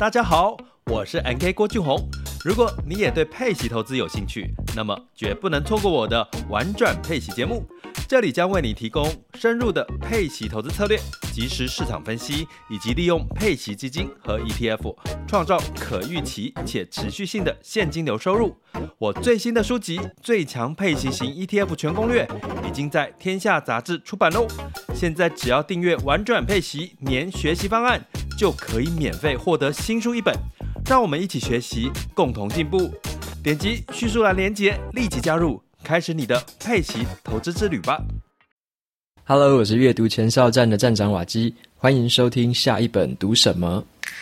大家好，我是 NK 郭俊宏。如果你也对配息投资有兴趣，那么绝不能错过我的玩转配息节目。这里将为你提供深入的配息投资策略、即时市场分析，以及利用配息基金和 ETF 创造可预期且持续性的现金流收入。我最新的书籍《最强配息型 ETF 全攻略》已经在天下杂志出版喽。现在只要订阅玩转配息年学习方案，就可以免费获得新书一本。让我们一起学习，共同进步。点击叙述栏连结，立即加入，开始你的配息投资之旅吧。 Hello， 我是阅读前哨站的站长瓦基，欢迎收听下一本读什么。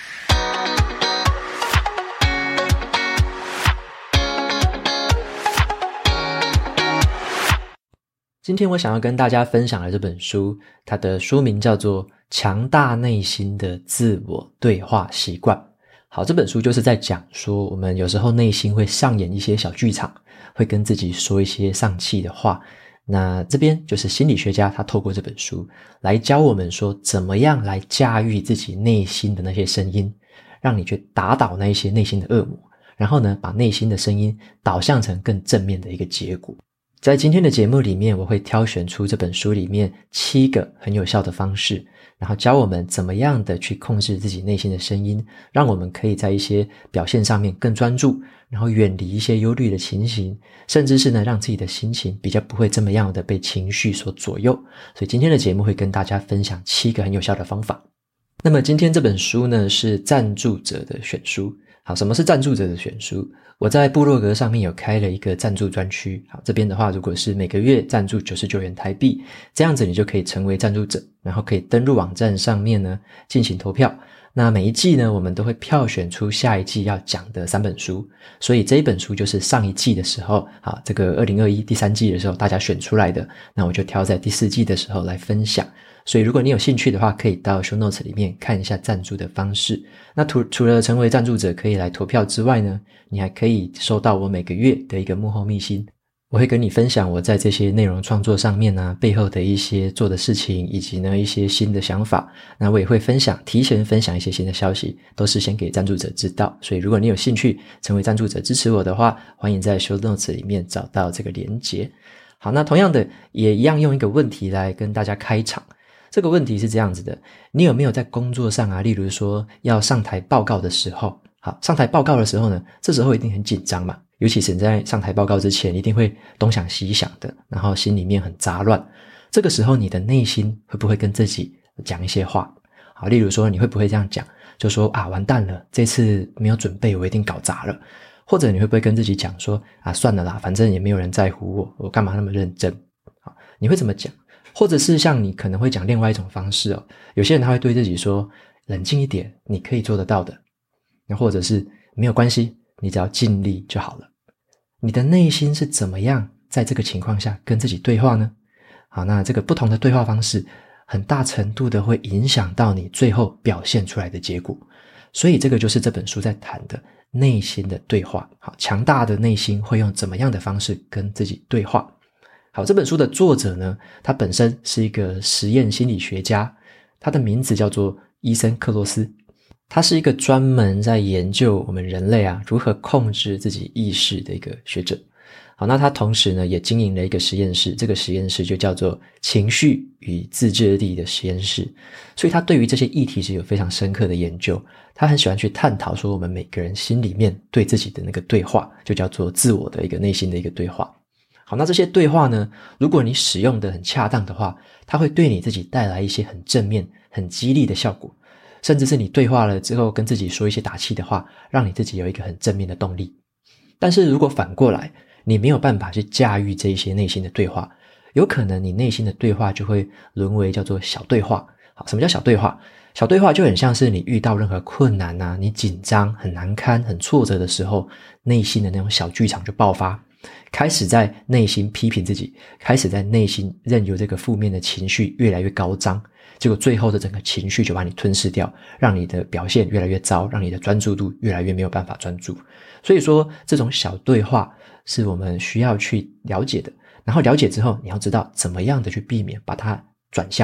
今天我想要跟大家分享的这本书，它的书名叫做《强大内心的自我对话习惯》。好，这本书就是在讲说，我们有时候内心会上演一些小剧场，会跟自己说一些丧气的话。那这边就是心理学家他透过这本书来教我们说，怎么样来驾驭自己内心的那些声音，让你去打倒那一些内心的恶魔，然后呢，把内心的声音导向成更正面的一个结果。在今天的节目里面，我会挑选出这本书里面7个很有效的方式，然后教我们怎么样的去控制自己内心的声音，让我们可以在一些表现上面更专注，然后远离一些忧虑的情形，甚至是呢，让自己的心情比较不会这么样的被情绪所左右。所以今天的节目会跟大家分享7个很有效的方法。那么今天这本书呢，是赞助者的选书。好，什么是赞助者的选书？我在部落格上面有开了一个赞助专区。好，这边的话，如果是每个月赞助99元台币，这样子你就可以成为赞助者，然后可以登入网站上面呢进行投票。那每一季呢，我们都会票选出下一季要讲的3本书，所以这一本书就是上一季的时候，好，这个2021第3季的时候大家选出来的，那我就挑在第4季的时候来分享。所以如果你有兴趣的话，可以到 show notes 里面看一下赞助的方式。那除了成为赞助者可以来投票之外呢，你还可以收到我每个月的一个幕后秘辛。我会跟你分享我在这些内容创作上面呢，背后的一些做的事情，以及呢一些新的想法。那我也会提前分享一些新的消息，都是先给赞助者知道。所以如果你有兴趣成为赞助者支持我的话，欢迎在 show notes 里面找到这个连结。好，那同样的也一样用一个问题来跟大家开场。这个问题是这样子的，你有没有在工作上啊，例如说要上台报告的时候，好，上台报告的时候呢，这时候一定很紧张嘛，尤其是你在上台报告之前，一定会东想西想的，然后心里面很杂乱。这个时候你的内心会不会跟自己讲一些话？好，例如说你会不会这样讲，就说啊，完蛋了，这次没有准备，我一定搞砸了。或者你会不会跟自己讲说啊，算了啦，反正也没有人在乎我干嘛那么认真？好，你会怎么讲？或者是像你可能会讲另外一种方式哦，有些人他会对自己说，冷静一点，你可以做得到的。那或者是没有关系，你只要尽力就好了。你的内心是怎么样在这个情况下跟自己对话呢？好，那这个不同的对话方式很大程度的会影响到你最后表现出来的结果。所以这个就是这本书在谈的内心的对话。好，强大的内心会用怎么样的方式跟自己对话？好，这本书的作者呢，他本身是一个实验心理学家，他的名字叫做伊森克洛斯。他是一个专门在研究我们人类啊如何控制自己意识的一个学者。好，那他同时呢也经营了一个实验室，这个实验室就叫做情绪与自制力的实验室。所以他对于这些议题是有非常深刻的研究，他很喜欢去探讨说我们每个人心里面对自己的那个对话，就叫做自我的一个内心的一个对话。好，那这些对话呢，如果你使用的很恰当的话，它会对你自己带来一些很正面很激励的效果，甚至是你对话了之后跟自己说一些打气的话，让你自己有一个很正面的动力。但是如果反过来你没有办法去驾驭这一些内心的对话，有可能你内心的对话就会沦为叫做小对话。好，什么叫小对话？小对话就很像是你遇到任何困难啊，你紧张很难堪很挫折的时候，内心的那种小剧场就爆发，开始在内心批评自己，开始在内心任由这个负面的情绪越来越高涨，结果最后的整个情绪就把你吞噬掉，让你的表现越来越糟，让你的专注度越来越没有办法专注。所以说这种小对话是我们需要去了解的，然后了解之后你要知道怎么样的去避免把它转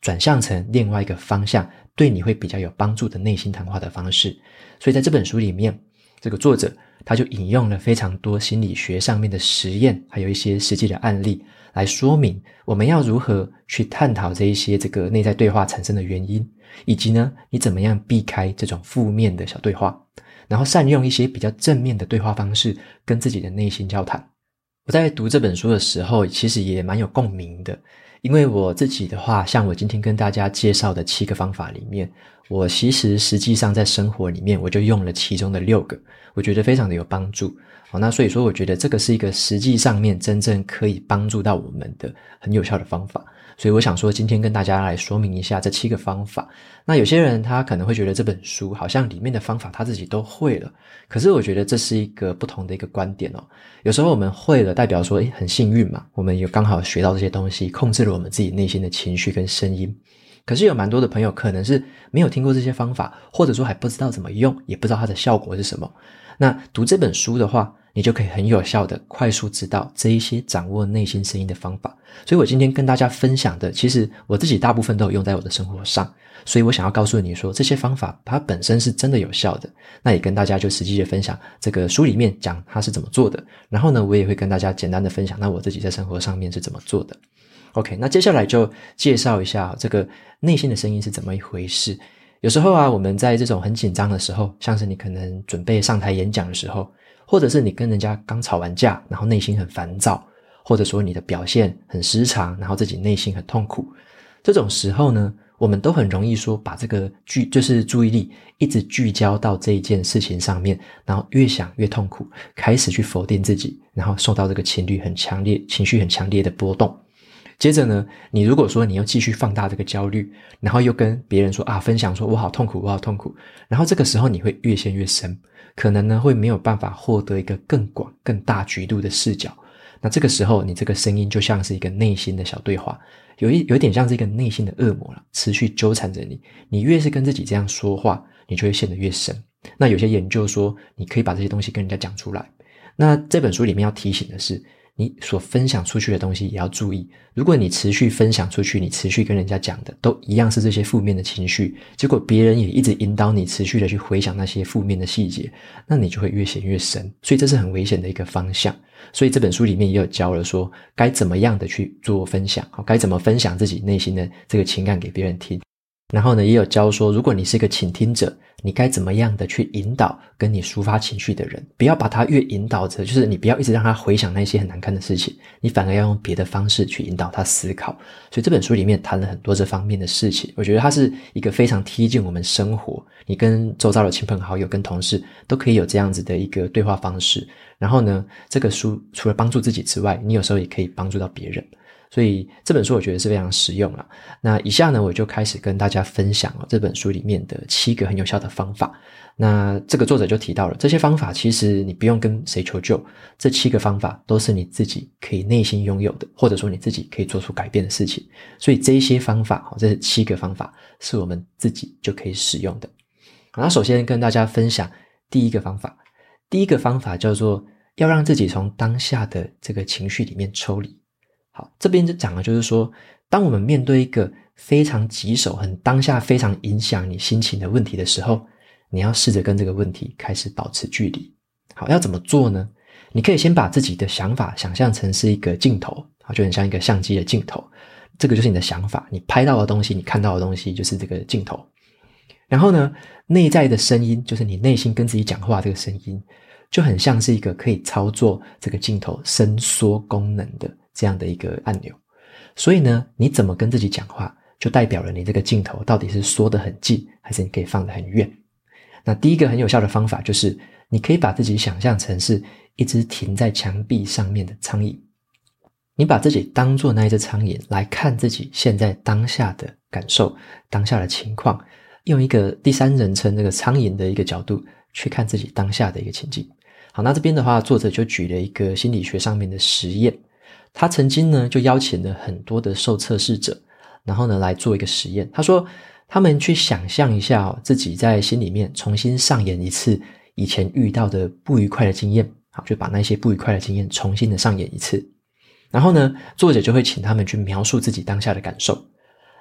转向成另外一个方向，对你会比较有帮助的内心谈话的方式。所以在这本书里面，这个作者他就引用了非常多心理学上面的实验，还有一些实际的案例来说明我们要如何去探讨这一些这个内在对话产生的原因，以及呢你怎么样避开这种负面的小对话，然后善用一些比较正面的对话方式跟自己的内心交谈。我在读这本书的时候其实也蛮有共鸣的，因为我自己的话，像我今天跟大家介绍的7个方法里面，我其实实际上在生活里面我就用了其中的6个，我觉得非常的有帮助。那所以说我觉得这个是一个实际上面真正可以帮助到我们的很有效的方法，所以我想说今天跟大家来说明一下这7个方法。那有些人他可能会觉得这本书好像里面的方法他自己都会了，可是我觉得这是一个不同的一个观点哦。有时候我们会了代表说很幸运嘛，我们有刚好学到这些东西，控制了我们自己内心的情绪跟声音。可是有蛮多的朋友可能是没有听过这些方法，或者说还不知道怎么用，也不知道它的效果是什么。那读这本书的话，你就可以很有效的快速知道这一些掌握内心声音的方法。所以我今天跟大家分享的，其实我自己大部分都有用在我的生活上，所以我想要告诉你说这些方法它本身是真的有效的。那也跟大家就实际的分享这个书里面讲它是怎么做的，然后呢我也会跟大家简单的分享那我自己在生活上面是怎么做的。OK， 那接下来就介绍一下这个内心的声音是怎么一回事。有时候啊，我们在这种很紧张的时候，像是你可能准备上台演讲的时候，或者是你跟人家刚吵完架，然后内心很烦躁，或者说你的表现很失常，然后自己内心很痛苦，这种时候呢，我们都很容易说把这个就是注意力一直聚焦到这一件事情上面，然后越想越痛苦，开始去否定自己，然后受到这个情绪很强烈的波动。接着呢，你如果说你又继续放大这个焦虑，然后又跟别人说分享说我好痛苦我好痛苦，然后这个时候你会越陷越深，可能呢会没有办法获得一个更广更大局度的视角。那这个时候你这个声音就像是一个内心的小对话，有一点像是一个内心的恶魔了，持续纠缠着你。你越是跟自己这样说话，你就会陷得越深。那有些研究说你可以把这些东西跟人家讲出来。那这本书里面要提醒的是，你所分享出去的东西也要注意，如果你持续分享出去，你持续跟人家讲的都一样是这些负面的情绪，结果别人也一直引导你持续的去回想那些负面的细节，那你就会越陷越深，所以这是很危险的一个方向。所以这本书里面也有教了说该怎么样的去做分享，该怎么分享自己内心的这个情感给别人听。然后呢，也有教说如果你是一个倾听者，你该怎么样的去引导跟你抒发情绪的人，不要把他越引导着，就是你不要一直让他回想那些很难看的事情，你反而要用别的方式去引导他思考。所以这本书里面谈了很多这方面的事情，我觉得它是一个非常贴近我们生活，你跟周遭的亲朋好友跟同事都可以有这样子的一个对话方式。然后呢，这个书除了帮助自己之外，你有时候也可以帮助到别人，所以这本书我觉得是非常实用啦。那以下呢，我就开始跟大家分享这本书里面的7个很有效的方法。那这个作者就提到了，这些方法其实你不用跟谁求救，这7个方法都是你自己可以内心拥有的，或者说你自己可以做出改变的事情。所以这些方法，这7个方法是我们自己就可以使用的。那首先跟大家分享第一个方法。第一个方法叫做要让自己从当下的这个情绪里面抽离。好，这边就讲的就是说，当我们面对一个非常棘手、很当下非常影响你心情的问题的时候，你要试着跟这个问题开始保持距离。好，要怎么做呢？你可以先把自己的想法想象成是一个镜头，就很像一个相机的镜头，这个就是你的想法，你拍到的东西，你看到的东西就是这个镜头。然后呢，内在的声音，就是你内心跟自己讲话这个声音，就很像是一个可以操作这个镜头伸缩功能的这样的一个按钮。所以呢，你怎么跟自己讲话，就代表了你这个镜头到底是缩得很近，还是你可以放得很远。那第一个很有效的方法就是，你可以把自己想象成是一只停在墙壁上面的苍蝇，你把自己当作那一只苍蝇来看自己现在当下的感受，当下的情况，用一个第三人称这个苍蝇的一个角度去看自己当下的一个情境。好，那这边的话，作者就举了一个心理学上面的实验。他曾经呢就邀请了很多的受测试者，然后呢来做一个实验。他说他们去想象一下自己在心里面重新上演一次以前遇到的不愉快的经验，好，就把那些不愉快的经验重新的上演一次。然后呢，作者就会请他们去描述自己当下的感受。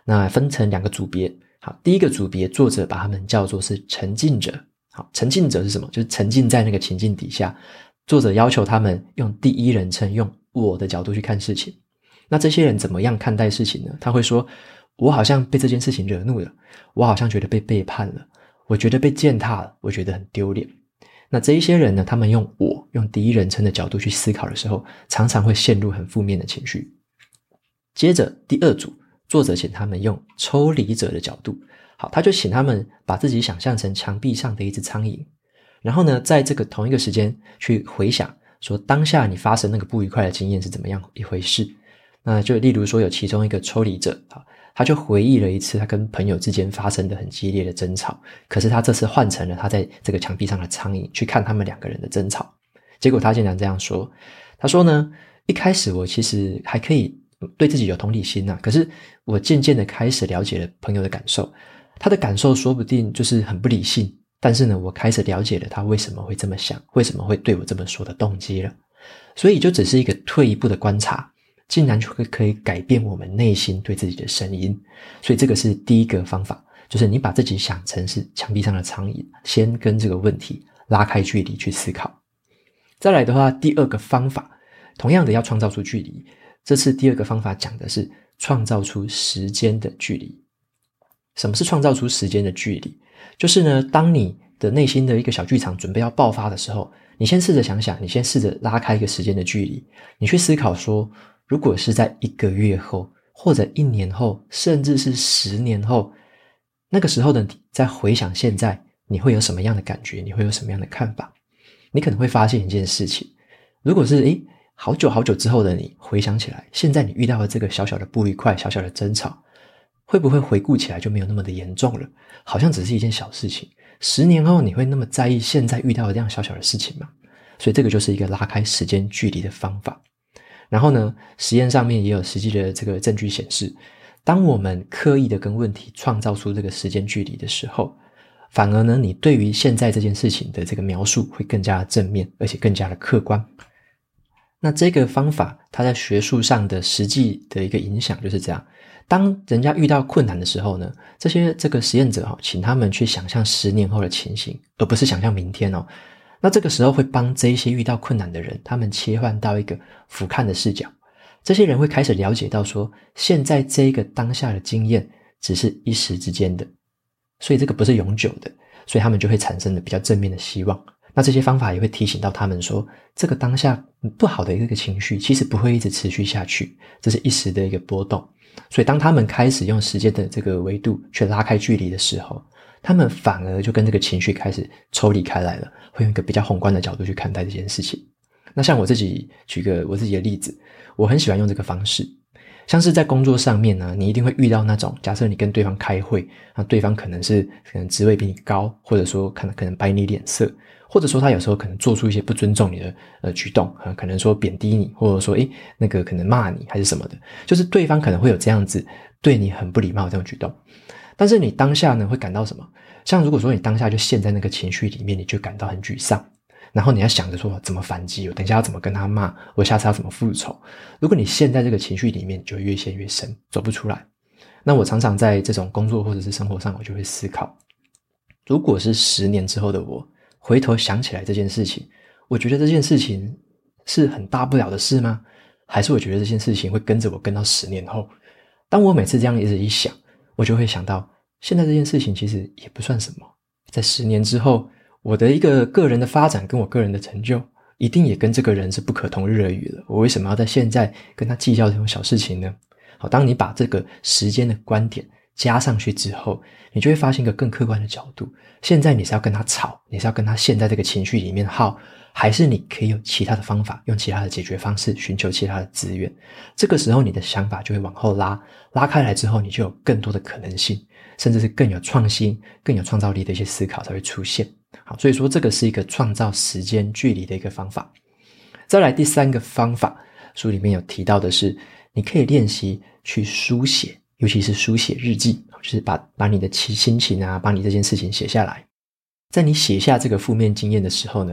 那分成2个组别。好，第一个组别作者把他们叫做是沉浸者。好，沉浸者是什么？就是沉浸在那个情境底下，作者要求他们用第一人称，用我的角度去看事情。那这些人怎么样看待事情呢？他会说，我好像被这件事情惹怒了，我好像觉得被背叛了，我觉得被践踏了，我觉得很丢脸。那这一些人呢，他们用第一人称的角度去思考的时候，常常会陷入很负面的情绪。接着第2组，作者请他们用抽离者的角度。好，他就请他们把自己想象成墙壁上的一只苍蝇，然后呢，在这个同一个时间去回想说当下你发生那个不愉快的经验是怎么样一回事。那就例如说有其中一个抽离者，他就回忆了一次他跟朋友之间发生的很激烈的争吵，可是他这次换成了他在这个墙壁上的苍蝇去看他们2个人的争吵。结果他竟然这样说，他说呢，一开始我其实还可以对自己有同理心可是我渐渐的开始了解了朋友的感受，他的感受说不定就是很不理性，但是呢，我开始了解了他为什么会这么想，为什么会对我这么说的动机了。所以就只是一个退一步的观察，竟然就可以改变我们内心对自己的声音。所以这个是第一个方法，就是你把自己想成是墙壁上的苍蝇，先跟这个问题拉开距离去思考。再来的话，第2个方法同样的要创造出距离，这次第2个方法讲的是创造出时间的距离。什么是创造出时间的距离？就是呢，当你的内心的一个小剧场准备要爆发的时候，你先试着想想，你先试着拉开一个时间的距离，你去思考说，如果是在1个月后，或者1年后，甚至是10年后，那个时候的你再回想现在，你会有什么样的感觉？你会有什么样的看法？你可能会发现一件事情，如果是好久好久之后的你回想起来，现在你遇到了这个小小的不愉快，小小的争吵，会不会回顾起来就没有那么的严重了？好像只是一件小事情。10年后你会那么在意现在遇到的这样小小的事情吗？所以这个就是一个拉开时间距离的方法。然后呢，实验上面也有实际的这个证据显示，当我们刻意的跟问题创造出这个时间距离的时候，反而呢，你对于现在这件事情的这个描述会更加的正面，而且更加的客观。那这个方法它在学术上的实际的一个影响就是这样，当人家遇到困难的时候呢，这个实验者请他们去想象10年后的情形，而不是想象明天那这个时候会帮这一些遇到困难的人，他们切换到一个俯瞰的视角。这些人会开始了解到说，现在这个当下的经验只是一时之间的，所以这个不是永久的，所以他们就会产生了比较正面的希望。那这些方法也会提醒到他们说，这个当下不好的一个情绪其实不会一直持续下去，这是一时的一个波动。所以当他们开始用时间的这个维度去拉开距离的时候，他们反而就跟这个情绪开始抽离开来了，会用一个比较宏观的角度去看待这件事情。那像我自己举个我自己的例子，我很喜欢用这个方式。像是在工作上面呢，你一定会遇到那种，假设你跟对方开会，那对方可能职位比你高，或者说可能摆你脸色，或者说他有时候可能做出一些不尊重你的举动，可能说贬低你，或者说那个可能骂你还是什么的，就是对方可能会有这样子对你很不礼貌的这种举动。但是你当下呢会感到什么？像如果说你当下就陷在那个情绪里面，你就感到很沮丧，然后你要想着说怎么反击，我等一下要怎么跟他骂，我下次要怎么复仇。如果你陷在这个情绪里面，你就会越陷越深，走不出来。那我常常在这种工作或者是生活上，我就会思考，如果是10年之后的我回头想起来这件事情，我觉得这件事情是很大不了的事吗？还是我觉得这件事情会跟着我跟到10年后？当我每次这样一直一想，我就会想到现在这件事情其实也不算什么，在10年之后，我的一个个人的发展跟我个人的成就一定也跟这个人是不可同日而语了，我为什么要在现在跟他计较这种小事情呢？好，当你把这个时间的观点加上去之后，你就会发现一个更客观的角度，现在你是要跟他吵，你是要跟他陷在这个情绪里面耗，还是你可以有其他的方法，用其他的解决方式，寻求其他的资源。这个时候你的想法就会往后拉开来之后，你就有更多的可能性，甚至是更有创新更有创造力的一些思考才会出现。好，所以说这个是一个创造时间距离的一个方法。再来第3个方法，书里面有提到的是，你可以练习去书写，尤其是书写日记，就是把你的心情把你这件事情写下来。在你写下这个负面经验的时候呢，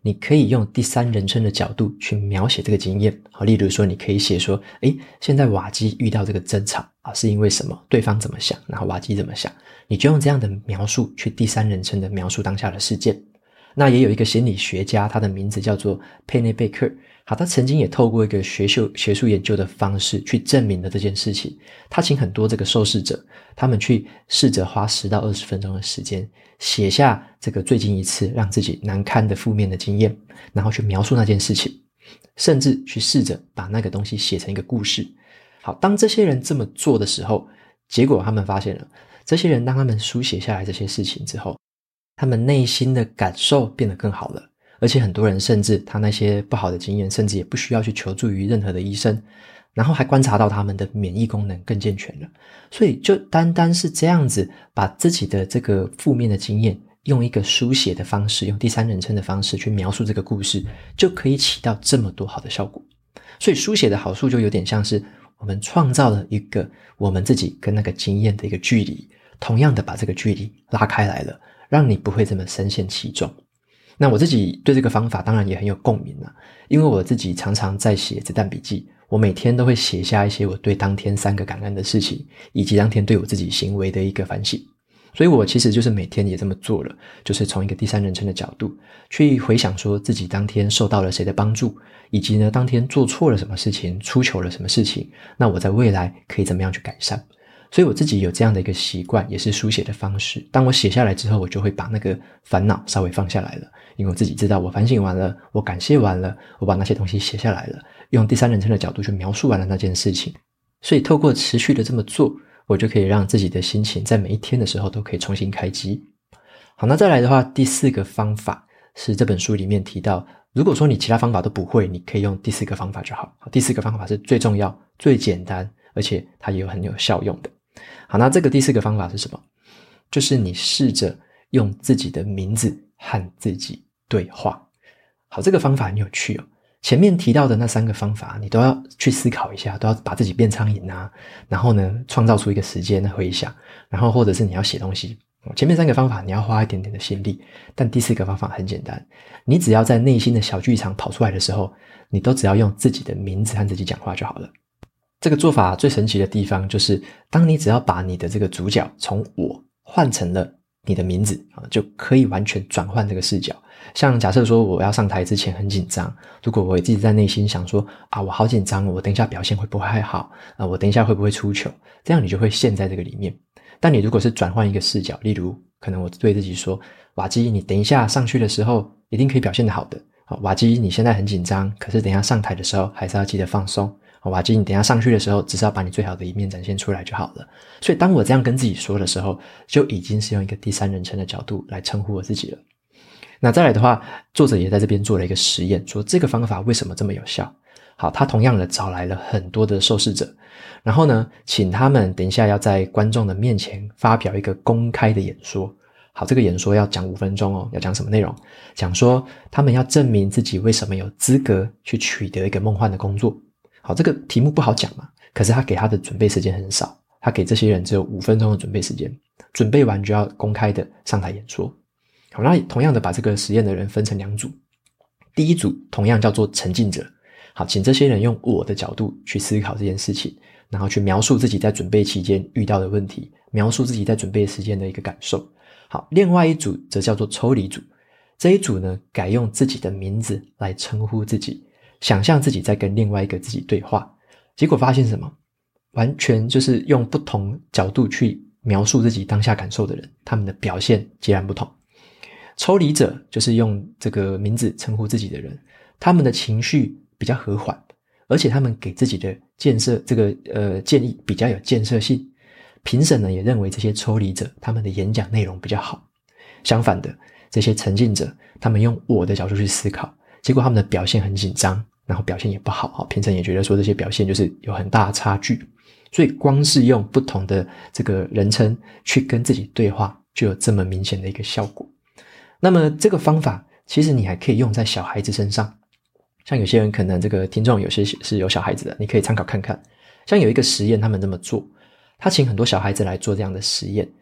你可以用第三人称的角度去描写这个经验。好，例如说你可以写说，现在瓦基遇到这个争吵是因为什么，对方怎么想，然后瓦基怎么想，你就用这样的描述去第三人称的描述当下的事件。那也有一个心理学家，他的名字叫做佩内贝克，好，他曾经也透过一个学术研究的方式去证明了这件事情。他请很多这个受试者，他们去试着花10到20分钟的时间，写下这个最近一次让自己难堪的负面的经验，然后去描述那件事情，甚至去试着把那个东西写成一个故事。好，当这些人这么做的时候，结果他们发现了，这些人当他们书写下来这些事情之后，他们内心的感受变得更好了，而且很多人甚至他那些不好的经验，甚至也不需要去求助于任何的医生，然后还观察到他们的免疫功能更健全了。所以就单单是这样子，把自己的这个负面的经验用一个书写的方式，用第三人称的方式去描述这个故事，就可以起到这么多好的效果。所以书写的好处就有点像是我们创造了一个我们自己跟那个经验的一个距离，同样的把这个距离拉开来了，让你不会这么深陷其中。那我自己对这个方法当然也很有共鸣啦，因为我自己常常在写子弹笔记，我每天都会写下一些我对当天3个感恩的事情，以及当天对我自己行为的一个反省。所以我其实就是每天也这么做了，就是从一个第三人称的角度去回想说自己当天受到了谁的帮助，以及呢当天做错了什么事情，出糗了什么事情，那我在未来可以怎么样去改善。所以我自己有这样的一个习惯，也是书写的方式。当我写下来之后，我就会把那个烦恼稍微放下来了，因为我自己知道我反省完了，我感谢完了，我把那些东西写下来了，用第三人称的角度去描述完了那件事情。所以透过持续的这么做，我就可以让自己的心情在每一天的时候都可以重新开机。好，那再来的话，第4个方法是这本书里面提到，如果说你其他方法都不会，你可以用第4个方法就好。第4个方法是最重要、最简单，而且它也有很有效用的。好，那这个第4个方法是什么？就是你试着用自己的名字和自己对话。好，这个方法很有趣哦。前面提到的那3个方法，你都要去思考一下，都要把自己变苍蝇啊，然后呢，创造出一个时间回想，然后或者是你要写东西。前面3个方法你要花一点点的心力，但第4个方法很简单，你只要在内心的小剧场跑出来的时候，你都只要用自己的名字和自己讲话就好了。这个做法最神奇的地方就是，当你只要把你的这个主角从我换成了你的名字，就可以完全转换这个视角。像假设说我要上台之前很紧张，如果我自己在内心想说我好紧张，我等一下表现会不会还好，我等一下会不会出糗，这样你就会陷在这个里面。但你如果是转换一个视角，例如可能我对自己说，瓦基你等一下上去的时候一定可以表现得好的，瓦基你现在很紧张，可是等一下上台的时候还是要记得放松，瓦基你等一下上去的时候只是要把你最好的一面展现出来就好了。所以当我这样跟自己说的时候，就已经是用一个第三人称的角度来称呼我自己了。那再来的话，作者也在这边做了一个实验，说这个方法为什么这么有效。好，他同样的找来了很多的受试者，然后呢，请他们等一下要在观众的面前发表一个公开的演说。好，这个演说要讲5分钟哦，要讲什么内容？讲说他们要证明自己为什么有资格去取得一个梦幻的工作。好，这个题目不好讲嘛，可是他给他的准备时间很少，他给这些人只有5分钟的准备时间，准备完就要公开的上台演说。好，那同样的把这个实验的人分成2组，第一组同样叫做沉浸者。好，请这些人用我的角度去思考这件事情，然后去描述自己在准备期间遇到的问题，描述自己在准备时间的一个感受。好，另外一组则叫做抽离组，这一组呢改用自己的名字来称呼自己，想象自己在跟另外一个自己对话。结果发现什么？完全就是用不同角度去描述自己当下感受的人，他们的表现截然不同。抽离者就是用这个名字称呼自己的人，他们的情绪比较和缓，而且他们给自己的建议比较有建设性。评审呢也认为这些抽离者他们的演讲内容比较好。相反的，这些沉浸者他们用我的角度去思考，结果他们的表现很紧张，然后表现也不好，评审也觉得说这些表现就是有很大的差距。所以光是用不同的这个人称去跟自己对话，就有这么明显的一个效果。那么这个方法其实你还可以用在小孩子身上，像有些人可能这个听众有些是有小孩子的，你可以参考看看。像有一个实验他们这么做，他请很多小孩子来做这样的实验，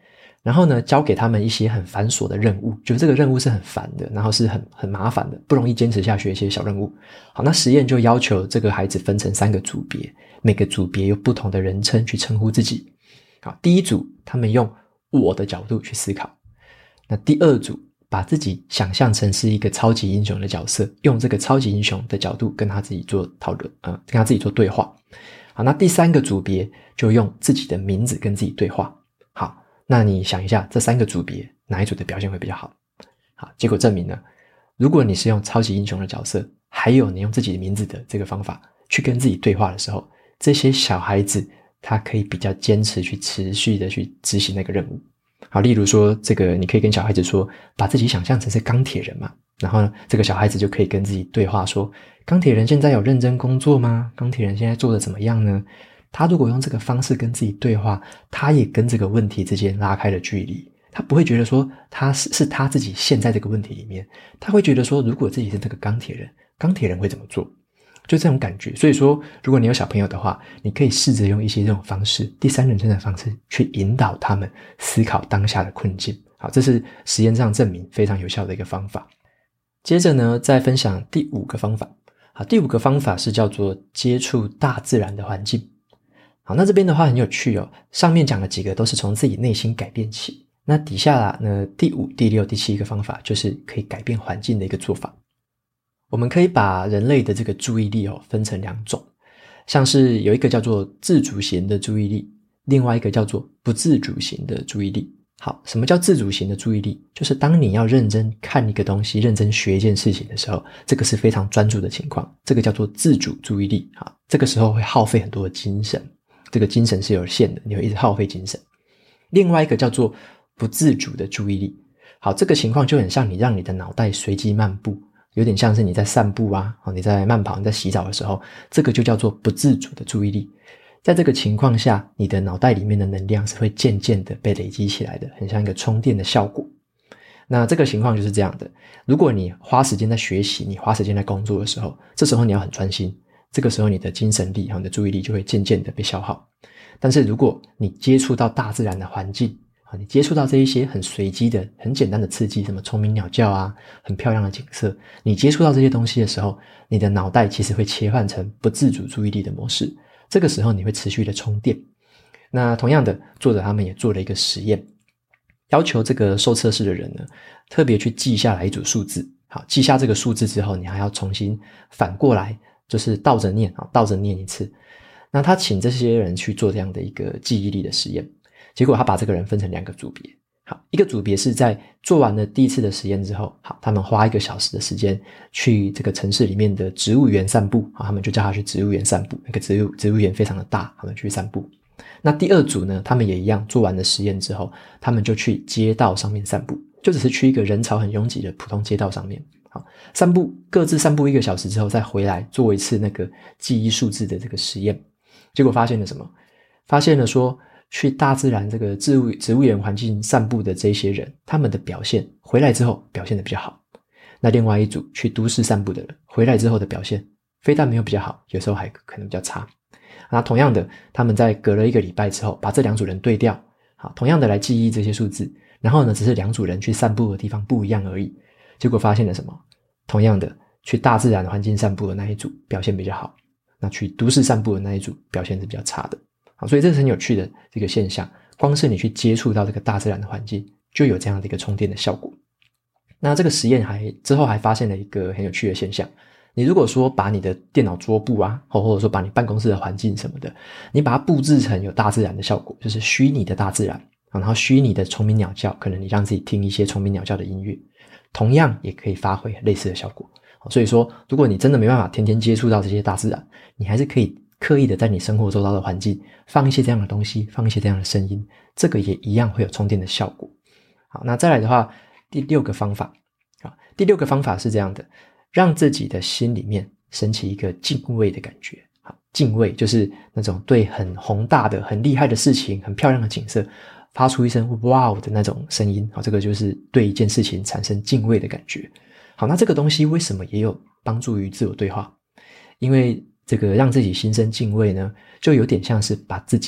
然后呢，交给他们一些很繁琐的任务，就是这个任务是很烦的，然后是很麻烦的，不容易坚持下去的一些小任务。好，那实验就要求这个孩子分成3个组别，每个组别有不同的人称去称呼自己。好，第一组他们用我的角度去思考，那第二组把自己想象成是一个超级英雄的角色，用这个超级英雄的角度跟他自己做讨论，跟他自己做对话。好，那第3个组别就用自己的名字跟自己对话。好，那你想一下，这3个组别哪一组的表现会比较好？好，结果证明了，如果你是用超级英雄的角色，还有你用自己的名字的这个方法去跟自己对话的时候，这些小孩子他可以比较坚持去持续的去执行那个任务。好，例如说这个你可以跟小孩子说，把自己想象成是钢铁人嘛，然后呢，这个小孩子就可以跟自己对话说，钢铁人现在有认真工作吗？钢铁人现在做得怎么样呢？他如果用这个方式跟自己对话，他也跟这个问题之间拉开了距离，他不会觉得说他是他自己陷在这个问题里面，他会觉得说如果自己是这个钢铁人，钢铁人会怎么做？就这种感觉。所以说如果你有小朋友的话，你可以试着用一些这种方式，第三人称的方式去引导他们思考当下的困境。好，这是实验上证明非常有效的一个方法。接着呢，再分享第5个方法。好，第5个方法是叫做接触大自然的环境。好，那这边的话很有趣哦，上面讲的几个都是从自己内心改变起，那底下呢第5、第6、第7个方法就是可以改变环境的一个做法。我们可以把人类的这个注意力分成2种，像是有一个叫做自主型的注意力，另外一个叫做不自主型的注意力。好，什么叫自主型的注意力？就是当你要认真看一个东西，认真学一件事情的时候，这个是非常专注的情况，这个叫做自主注意力。好，这个时候会耗费很多的精神，这个精神是有限的，你会一直耗费精神。另外一个叫做不自主的注意力。好，这个情况就很像你让你的脑袋随机漫步，有点像是你在散步啊，你在慢跑，你在洗澡的时候，这个就叫做不自主的注意力。在这个情况下，你的脑袋里面的能量是会渐渐的被累积起来的，很像一个充电的效果。那这个情况就是这样的，如果你花时间在学习，你花时间在工作的时候，这时候你要很专心，这个时候你的精神力和你的注意力就会渐渐的被消耗。但是如果你接触到大自然的环境，你接触到这一些很随机的很简单的刺激，什么虫鸣鸟叫啊，很漂亮的景色，你接触到这些东西的时候，你的脑袋其实会切换成不自主注意力的模式，这个时候你会持续的充电。那同样的，作者他们也做了一个实验，要求这个受测试的人呢，特别去记下来一组数字。好，记下这个数字之后，你还要重新反过来，就是倒着念一次。那他请这些人去做这样的一个记忆力的实验，结果他把这个人分成2个组别。好，一个组别是在做完了第1次的实验之后，好，他们花1个小时的时间去这个城市里面的植物园散步，好，他们就叫他去植物园散步，那个植物园非常的大，他们去散步。那第2组呢，他们也一样，做完了实验之后，他们就去街道上面散步，就只是去一个人潮很拥挤的普通街道上面，好，散步，各自散步1个小时之后再回来做一次那个记忆数字的这个实验。结果发现了什么？发现了说，去大自然这个植物园环境散步的这些人，他们的表现回来之后表现得比较好。那另外一组去都市散步的人，回来之后的表现非但没有比较好，有时候还可能比较差。那同样的，他们在隔了1个礼拜之后，把这2组人对调，好，同样的来记忆这些数字，然后呢，只是2组人去散步的地方不一样而已。结果发现了什么？同样的，去大自然环境散步的那一组表现比较好，那去都市散步的那一组表现是比较差的。好，所以这是很有趣的这个现象，光是你去接触到这个大自然的环境，就有这样的一个充电的效果。那这个实验之后还发现了一个很有趣的现象，你如果说把你的电脑桌布啊，或者说把你办公室的环境什么的，你把它布置成有大自然的效果，就是虚拟的大自然，然后虚拟的虫鸣鸟叫，可能你让自己听一些虫鸣鸟叫的音乐，同样也可以发挥类似的效果。所以说，如果你真的没办法天天接触到这些大自然，你还是可以刻意的在你生活周遭的环境放一些这样的东西，放一些这样的声音，这个也一样会有充电的效果。好，那再来的话，第6个方法。好，第6个方法是这样的，让自己的心里面升起一个敬畏的感觉。好，敬畏就是那种对很宏大的、很厉害的事情、很漂亮的景色发出一声哇哦的那种声音。好，这个就是对一件事情产生敬畏的感觉。好，那这个东西为什么也有帮助于自我对话？因为这个让自己心生敬畏呢，就有点像是把自己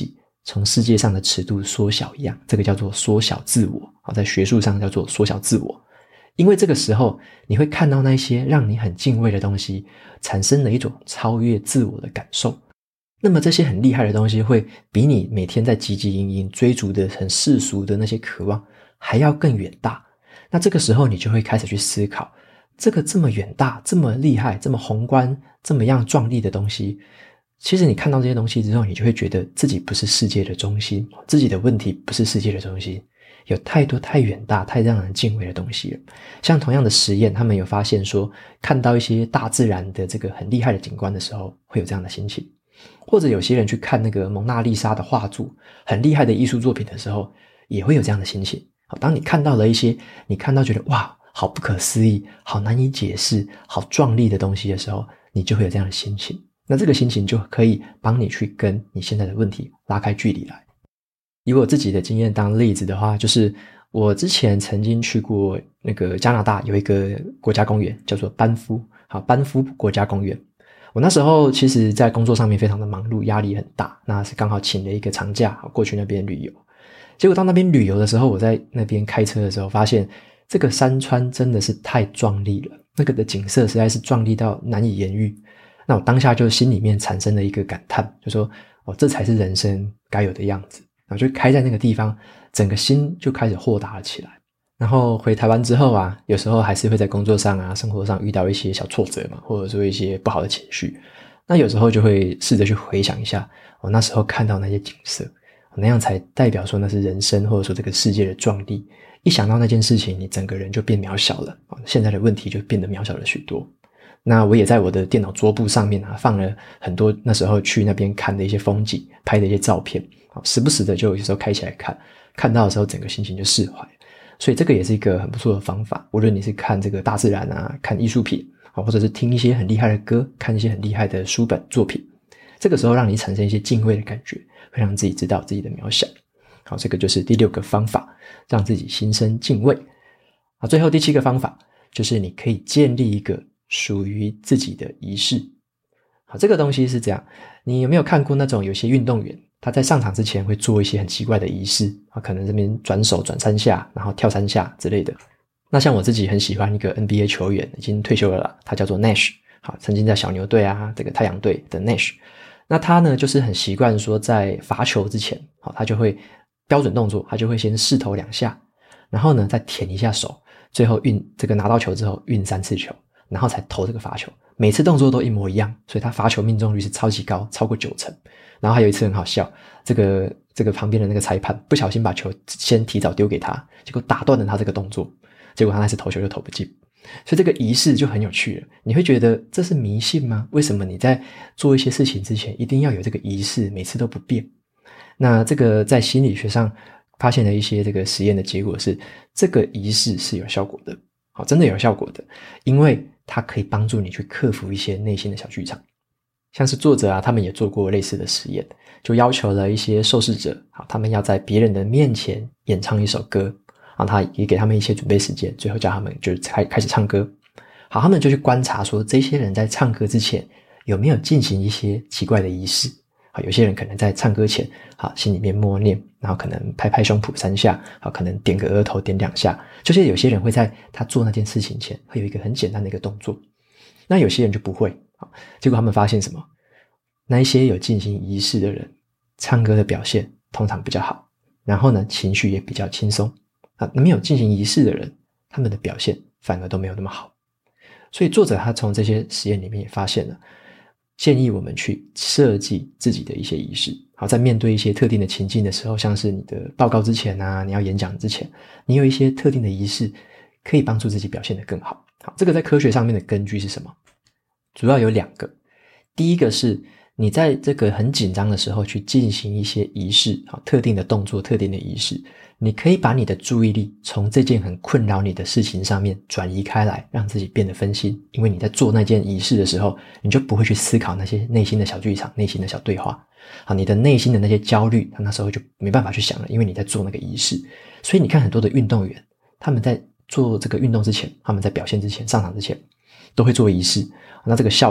从世界上的尺度缩小一样，这个叫做缩小自我，在学术上叫做缩小自我。因为这个时候你会看到那些让你很敬畏的东西，产生了一种超越自我的感受。那么这些很厉害的东西会比你每天在汲汲营营追逐的很世俗的那些渴望还要更远大。那这个时候你就会开始去思考，这个这么远大，这么厉害，这么宏观，这么样壮丽的东西，其实你看到这些东西之后，你就会觉得自己不是世界的中心，自己的问题不是世界的中心，有太多太远大太让人敬畏的东西了。像同样的实验，他们有发现说，看到一些大自然的这个很厉害的景观的时候，会有这样的心情。或者有些人去看那个蒙娜丽莎的画作，很厉害的艺术作品的时候，也会有这样的心情。当你看到了一些你看到觉得哇好不可思议，好难以解释，好壮丽的东西的时候，你就会有这样的心情。那这个心情就可以帮你去跟你现在的问题拉开距离来。以我自己的经验当例子的话，就是我之前曾经去过那个加拿大有一个国家公园叫做班夫国家公园。我那时候其实在工作上面非常的忙碌，压力很大，那是刚好请了一个长假过去那边旅游。结果到那边旅游的时候，我在那边开车的时候发现这个山川真的是太壮丽了，那个的景色实在是壮丽到难以言喻。那我当下就心里面产生了一个感叹，就说这才是人生该有的样子。然后就开在那个地方，整个心就开始豁达了起来。然后回台湾之后啊，有时候还是会在工作上啊生活上遇到一些小挫折嘛，或者说一些不好的情绪。那有时候就会试着去回想一下我那时候看到那些景色，那样才代表说那是人生或者说这个世界的壮丽。一想到那件事情，你整个人就变渺小了，现在的问题就变得渺小了许多。那我也在我的电脑桌布上面放了很多那时候去那边看的一些风景，拍的一些照片，时不时的就有时候开起来看，看到的时候整个心情就释怀。所以这个也是一个很不错的方法，无论你是看这个大自然啊，看艺术品，或者是听一些很厉害的歌，看一些很厉害的书本作品，这个时候让你产生一些敬畏的感觉，会让自己知道自己的渺小。好，这个就是第6个方法，让自己心生敬畏。好，最后第7个方法就是你可以建立一个属于自己的仪式。好，这个东西是这样，你有没有看过那种有些运动员他在上场之前会做一些很奇怪的仪式，可能这边转手转3下，然后跳3下之类的。那像我自己很喜欢一个 NBA 球员，已经退休了啦，他叫做 Nash， 好，曾经在小牛队啊，这个太阳队的 Nash。那他呢就是很习惯说在罚球之前，好，他就会标准动作，他就会先试投2下，然后呢再舔一下手，最后这个拿到球之后运3次球，然后才投这个罚球。每次动作都一模一样，所以他罚球命中率是超级高，超过90%。然后还有一次很好笑，这个旁边的那个裁判不小心把球先提早丢给他，结果打断了他这个动作，结果他那次投球就投不进。所以这个仪式就很有趣了，你会觉得这是迷信吗？为什么你在做一些事情之前一定要有这个仪式，每次都不变？那这个在心理学上发现了一些这个实验的结果是，这个仪式是有效果的，好，真的有效果的，因为它可以帮助你去克服一些内心的小剧场。像是作者啊，他们也做过类似的实验，就要求了一些受试者，好，他们要在别人的面前演唱一首歌，然后他也给他们一些准备时间，最后叫他们就开始唱歌。好，他们就去观察说这些人在唱歌之前有没有进行一些奇怪的仪式。好，有些人可能在唱歌前，好，心里面默念，然后可能拍拍胸脯3下，好，可能点个额头点2下，就是有些人会在他做那件事情前会有一个很简单的一个动作。那有些人就不会，结果他们发现什么？那一些有进行仪式的人，唱歌的表现通常比较好，然后呢，情绪也比较轻松。没有进行仪式的人，他们的表现反而都没有那么好。所以作者他从这些实验里面也发现了，建议我们去设计自己的一些仪式。好，在面对一些特定的情境的时候，像是你的报告之前啊，你要演讲之前，你有一些特定的仪式，可以帮助自己表现得更好。好，这个在科学上面的根据是什么？主要有2个。第一个是你在这个很紧张的时候去进行一些仪式，特定的动作，特定的仪式，你可以把你的注意力从这件很困扰你的事情上面转移开来，让自己变得分心。因为你在做那件仪式的时候，你就不会去思考那些内心的小剧场，内心的小对话。好，你的内心的那些焦虑，那时候就没办法去想了，因为你在做那个仪式。所以你看很多的运动员，他们在做这个运动之前，他们在表现之前，上场之前都会做仪式，那这个效果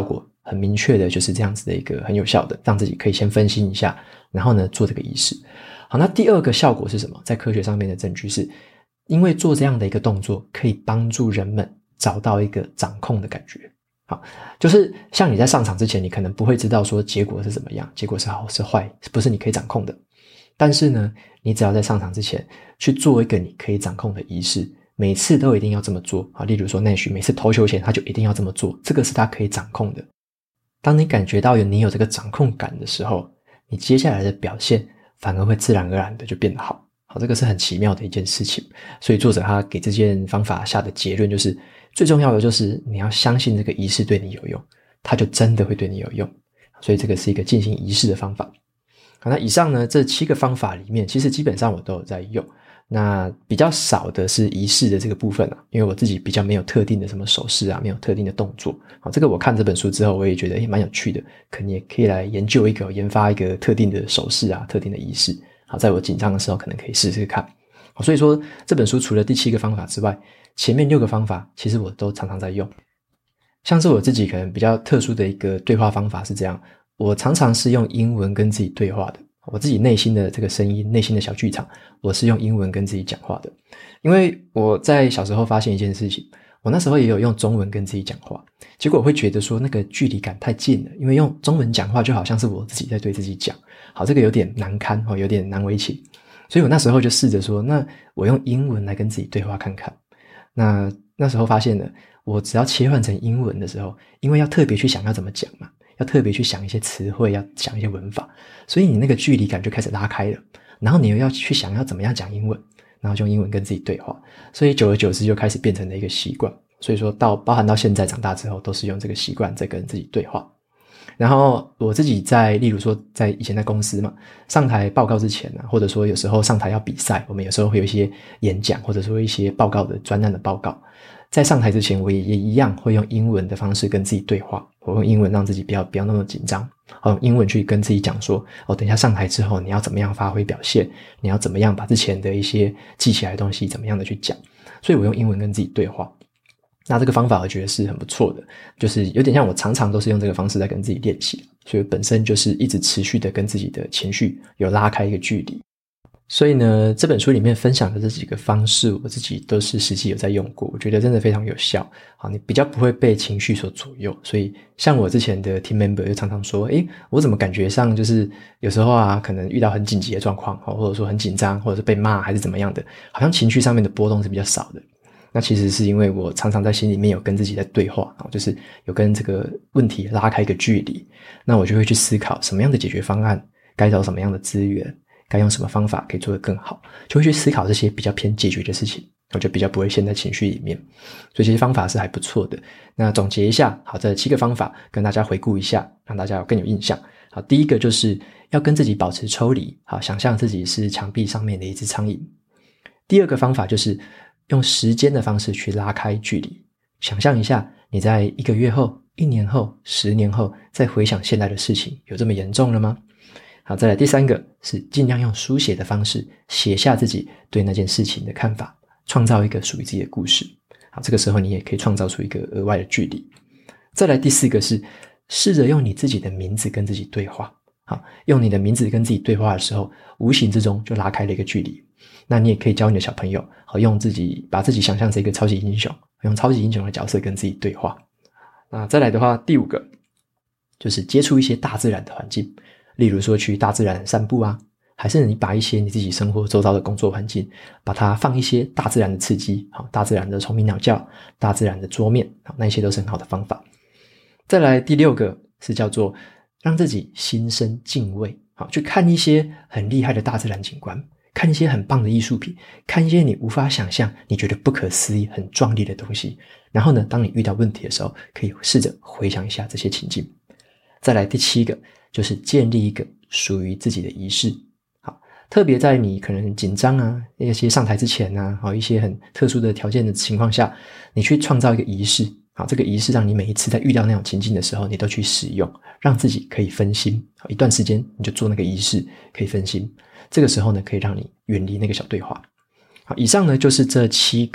很明确的就是这样子的一个很有效的，让自己可以先分心一下，然后呢做这个仪式。好，那第二个效果是什么？在科学上面的证据是，因为做这样的一个动作可以帮助人们找到一个掌控的感觉。好，就是像你在上场之前，你可能不会知道说结果是怎么样，结果是好是坏，不是你可以掌控的。但是呢，你只要在上场之前去做一个你可以掌控的仪式，每次都一定要这么做啊。例如说Nash每次投球前他就一定要这么做，这个是他可以掌控的。当你感觉到你有这个掌控感的时候，你接下来的表现反而会自然而然的就变得好。好，这个是很奇妙的一件事情。所以作者他给这件方法下的结论就是，最重要的就是你要相信这个仪式对你有用，它就真的会对你有用。所以这个是一个进行仪式的方法。好，那以上呢这7个方法里面，其实基本上我都有在用。那比较少的是仪式的这个部分啊，因为我自己比较没有特定的什么手势啊，没有特定的动作。好，这个我看这本书之后，我也觉得蛮有趣的，可能也可以来研究研发一个特定的手势啊，特定的仪式。好，在我紧张的时候可能可以试试看。好，所以说这本书除了第7个方法之外，前面6个方法其实我都常常在用。像是我自己可能比较特殊的一个对话方法是这样，我常常是用英文跟自己对话的。我自己内心的这个声音，内心的小剧场，我是用英文跟自己讲话的。因为我在小时候发现一件事情，我那时候也有用中文跟自己讲话，结果我会觉得说那个距离感太近了，因为用中文讲话就好像是我自己在对自己讲，好，这个有点难堪，有点难为情。所以我那时候就试着说，那我用英文来跟自己对话看看。那时候发现了，我只要切换成英文的时候，因为要特别去想要怎么讲嘛，要特别去想一些词汇，要想一些文法，所以你那个距离感就开始拉开了，然后你又要去想要怎么样讲英文，然后就用英文跟自己对话，所以久而久之就开始变成了一个习惯。所以说包含到现在长大之后，都是用这个习惯在跟自己对话。然后我自己例如说在以前在公司嘛，上台报告之前啊，或者说有时候上台要比赛，我们有时候会有一些演讲，或者说一些报告的专案的报告，在上台之前我也一样会用英文的方式跟自己对话，我用英文让自己不要那么紧张，用英文去跟自己讲说，等一下上台之后你要怎么样发挥表现，你要怎么样把之前的一些记起来的东西怎么样的去讲，所以我用英文跟自己对话。那这个方法我觉得是很不错的，就是有点像我常常都是用这个方式在跟自己练习，所以本身就是一直持续的跟自己的情绪有拉开一个距离。所以呢，这本书里面分享的这几个方式，我自己都是实际有在用过，我觉得真的非常有效。好，你比较不会被情绪所左右。所以像我之前的 team member 就常常说，我怎么感觉上就是有时候啊，可能遇到很紧急的状况，或者说很紧张，或者是被骂还是怎么样的，好像情绪上面的波动是比较少的。那其实是因为我常常在心里面有跟自己在对话，就是有跟这个问题拉开一个距离，那我就会去思考什么样的解决方案，该找什么样的资源，该用什么方法可以做得更好，就会去思考这些比较偏解决的事情，我就比较不会陷在情绪里面。所以这些方法是还不错的。那总结一下，好，这7个方法跟大家回顾一下，让大家更有印象。好，第一个就是要跟自己保持抽离，好，想象自己是墙壁上面的一只苍蝇。第二个方法就是用时间的方式去拉开距离，想象一下你在1个月后、1年后、10年后再回想现在的事情，有这么严重了吗？好，再来第3个是尽量用书写的方式写下自己对那件事情的看法，创造一个属于自己的故事。好，这个时候你也可以创造出一个额外的距离。再来第4个是试着用你自己的名字跟自己对话。好，用你的名字跟自己对话的时候，无形之中就拉开了一个距离。那你也可以教你的小朋友，好，把自己想象成一个超级英雄，用超级英雄的角色跟自己对话。那再来的话，第5个就是接触一些大自然的环境，例如说去大自然散步啊，还是你把一些你自己生活周遭的工作环境，把它放一些大自然的刺激，好，大自然的虫鸣鸟叫，大自然的桌面，好，那些都是很好的方法。再来第6个是叫做让自己心生敬畏，好，去看一些很厉害的大自然景观，看一些很棒的艺术品，看一些你无法想象，你觉得不可思议、很壮丽的东西。然后呢，当你遇到问题的时候，可以试着回想一下这些情境。再来第7个就是建立一个属于自己的仪式。好，特别在你可能紧张啊，一些上台之前啊，一些很特殊的条件的情况下，你去创造一个仪式。好，这个仪式让你每一次在遇到那种情境的时候，你都去使用，让自己可以分心。好，一段时间你就做那个仪式，可以分心。这个时候呢，可以让你远离那个小对话。好，以上呢就是这7个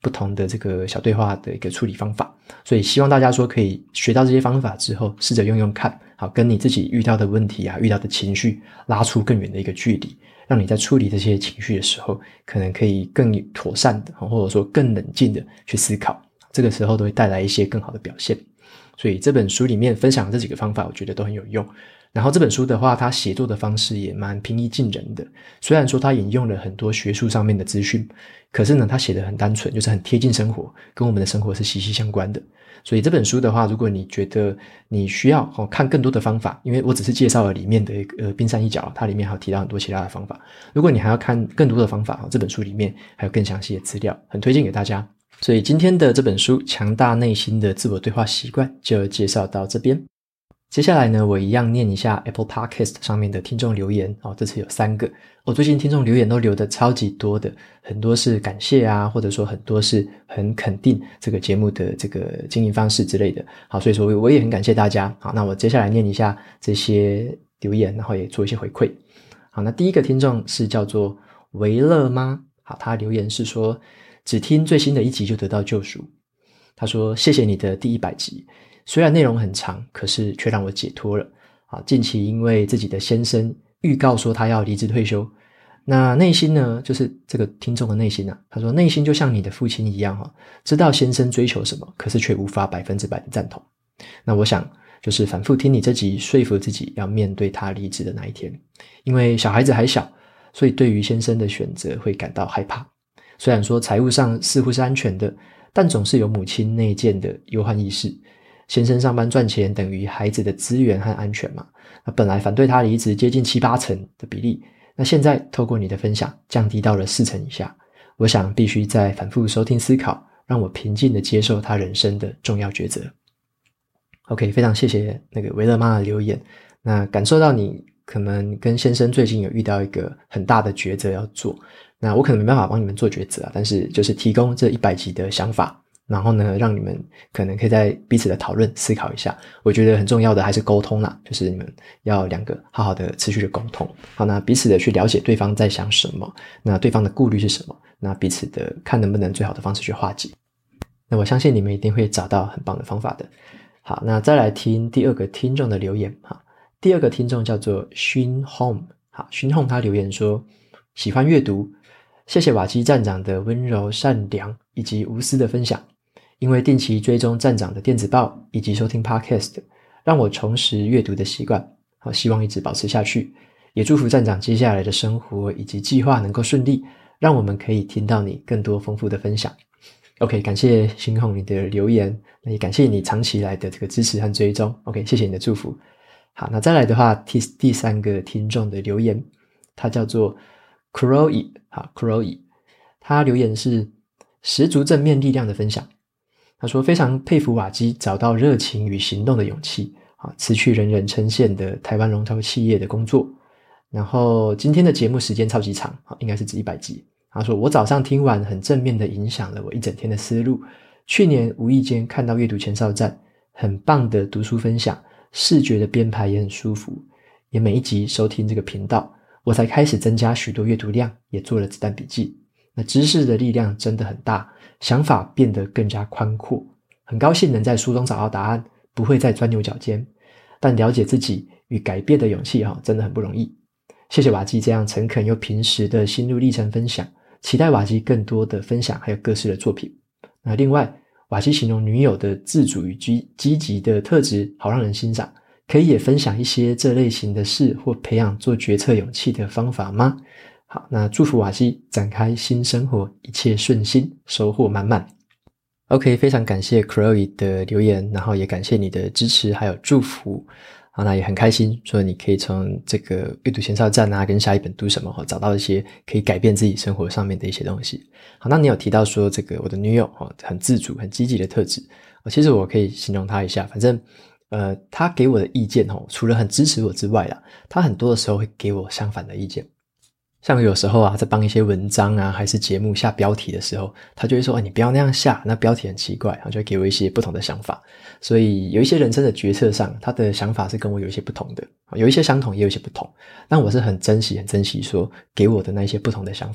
不同的这个小对话的一个处理方法。所以希望大家说可以学到这些方法之后，试着用用看，好，跟你自己遇到的问题啊，遇到的情绪拉出更远的一个距离，让你在处理这些情绪的时候，可能可以更妥善的，或者说更冷静的去思考，这个时候都会带来一些更好的表现。所以这本书里面分享的这几个方法，我觉得都很有用。然后这本书的话，它写作的方式也蛮平易近人的。虽然说它引用了很多学术上面的资讯，可是呢，它写得很单纯，就是很贴近生活，跟我们的生活是息息相关的。所以这本书的话，如果你觉得你需要看更多的方法，因为我只是介绍了里面的冰山一角，它里面还有提到很多其他的方法。如果你还要看更多的方法，这本书里面还有更详细的资料，很推荐给大家。所以今天的这本书《强大内心的自我对话习惯》就介绍到这边。接下来呢，我一样念一下 Apple Podcast 上面的听众留言这次有3个。最近听众留言都留得超级多的，很多是感谢啊，或者说很多是很肯定这个节目的这个经营方式之类的。好，所以说我也很感谢大家。好，那我接下来念一下这些留言，然后也做一些回馈。好，那第一个听众是叫做维乐吗？好，他留言是说只听最新的一集就得到救赎。他说谢谢你的第100集，虽然内容很长，可是却让我解脱了。近期因为自己的先生预告说他要离职退休，那内心呢，就是这个听众的内心啊，他说内心就像你的父亲一样知道先生追求什么，可是却无法100%的赞同。那我想就是反复听你这集，说服自己要面对他离职的那一天。因为小孩子还小，所以对于先生的选择会感到害怕。虽然说财务上似乎是安全的，但总是有母亲内建的忧患意识。先生上班赚钱等于孩子的资源和安全嘛，那本来反对他离职接近7-8成的比例，那现在透过你的分享降低到了4成以下。我想必须再反复收听思考，让我平静地接受他人生的重要抉择。OK， 非常谢谢那个维勒妈的留言。那感受到你可能跟先生最近有遇到一个很大的抉择要做，那我可能没办法帮你们做抉择但是就是提供这100集的想法，然后呢让你们可能可以在彼此的讨论思考一下。我觉得很重要的还是沟通啦，就是你们要2个好好的持续的沟通。好，那彼此的去了解对方在想什么，那对方的顾虑是什么，那彼此的看能不能最好的方式去化解。那我相信你们一定会找到很棒的方法的。好，那再来听第2个听众的留言。第2个听众叫做熏 home。 好，熏 home 他留言说喜欢阅读，谢谢瓦基站长的温柔善良以及无私的分享，因为定期追踪站长的电子报以及收听 podcast， 让我重拾阅读的习惯。好，希望一直保持下去，也祝福站长接下来的生活以及计划能够顺利，让我们可以听到你更多丰富的分享。OK， 感谢熏 home 你的留言，那也感谢你长期以来的这个支持和追踪。OK， 谢谢你的祝福。好，那再来的话，第3个听众的留言，他叫做 Crowy。 好 Crowy， 他留言是十足正面力量的分享。他说非常佩服瓦基找到热情与行动的勇气，辞去人人称羡的台湾龙头企业的工作。然后今天的节目时间超级长，应该是指100集。他说我早上听完很正面的影响了我一整天的思路。去年无意间看到阅读前哨站很棒的读书分享，视觉的编排也很舒服，也每一集收听这个频道，我才开始增加许多阅读量，也做了子弹笔记。那知识的力量真的很大，想法变得更加宽阔。很高兴能在书中找到答案，不会再钻牛角尖，但了解自己与改变的勇气真的很不容易。谢谢瓦基这样诚恳又平实的心路历程分享，期待瓦基更多的分享还有各式的作品。那另外瓦基形容女友的自主与积极的特质好让人欣赏，可以也分享一些这类型的事或培养做决策勇气的方法吗？好，那祝福瓦基展开新生活一切顺心，收获满满。OK， 非常感谢 Chloe 的留言，然后也感谢你的支持还有祝福。好，那也很开心说你可以从这个阅读前哨站跟下一本读什么找到一些可以改变自己生活上面的一些东西。好，那你有提到说这个我的女友很自主很积极的特质，其实我可以形容她一下。反正她给我的意见除了很支持我之外啦，她很多的时候会给我相反的意见。像有时候在帮一些文章还是节目下标题的时候，他就会说你不要那样下，那标题很奇怪，然后就会给我一些不同的想法。所以有一些人生的决策上，他的想法是跟我有一些不同的，有一些相同也有一些不同，但我是很珍惜说给我的那些不同的想法。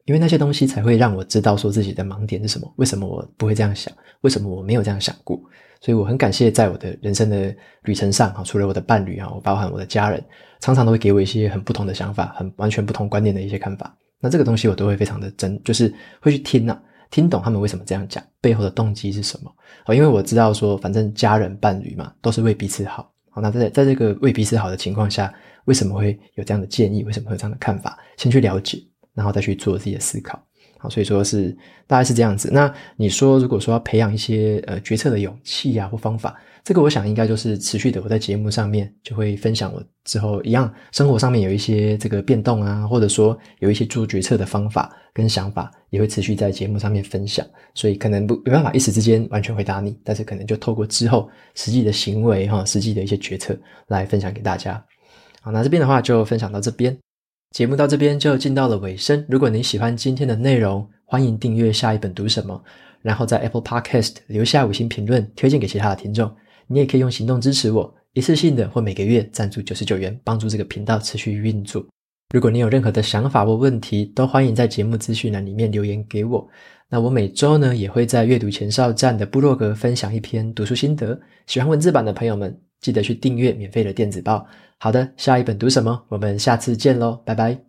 因为那些东西才会让我知道说自己的盲点是什么，为什么我不会这样想，为什么我没有这样想过。所以我很感谢在我的人生的旅程上，除了我的伴侣，包含我的家人，常常都会给我一些很不同的想法，很完全不同观念的一些看法。那这个东西我都会非常的就是会去听懂他们为什么这样讲，背后的动机是什么。因为我知道说反正家人伴侣嘛，都是为彼此好。那在这个为彼此好的情况下，为什么会有这样的建议，为什么会有这样的看法，先去了解，然后再去做自己的思考。好，所以说是大概是这样子。那你说如果说要培养一些决策的勇气啊或方法，这个我想应该就是持续的，我在节目上面就会分享我之后一样生活上面有一些这个变动啊，或者说有一些做决策的方法跟想法，也会持续在节目上面分享。所以可能没办法一时之间完全回答你，但是可能就透过之后实际的行为实际的一些决策来分享给大家。好，那这边的话就分享到这边。节目到这边就进到了尾声，如果你喜欢今天的内容，欢迎订阅下一本读什么，然后在 Apple Podcast 留下5星评论，推荐给其他的听众。你也可以用行动支持我，一次性的或每个月赞助99元，帮助这个频道持续运作。如果你有任何的想法或问题，都欢迎在节目资讯栏里面留言给我。那我每周呢也会在阅读前哨站的部落格分享一篇读书心得，喜欢文字版的朋友们记得去订阅免费的电子报。好的，下一本读什么？我们下次见咯，拜拜。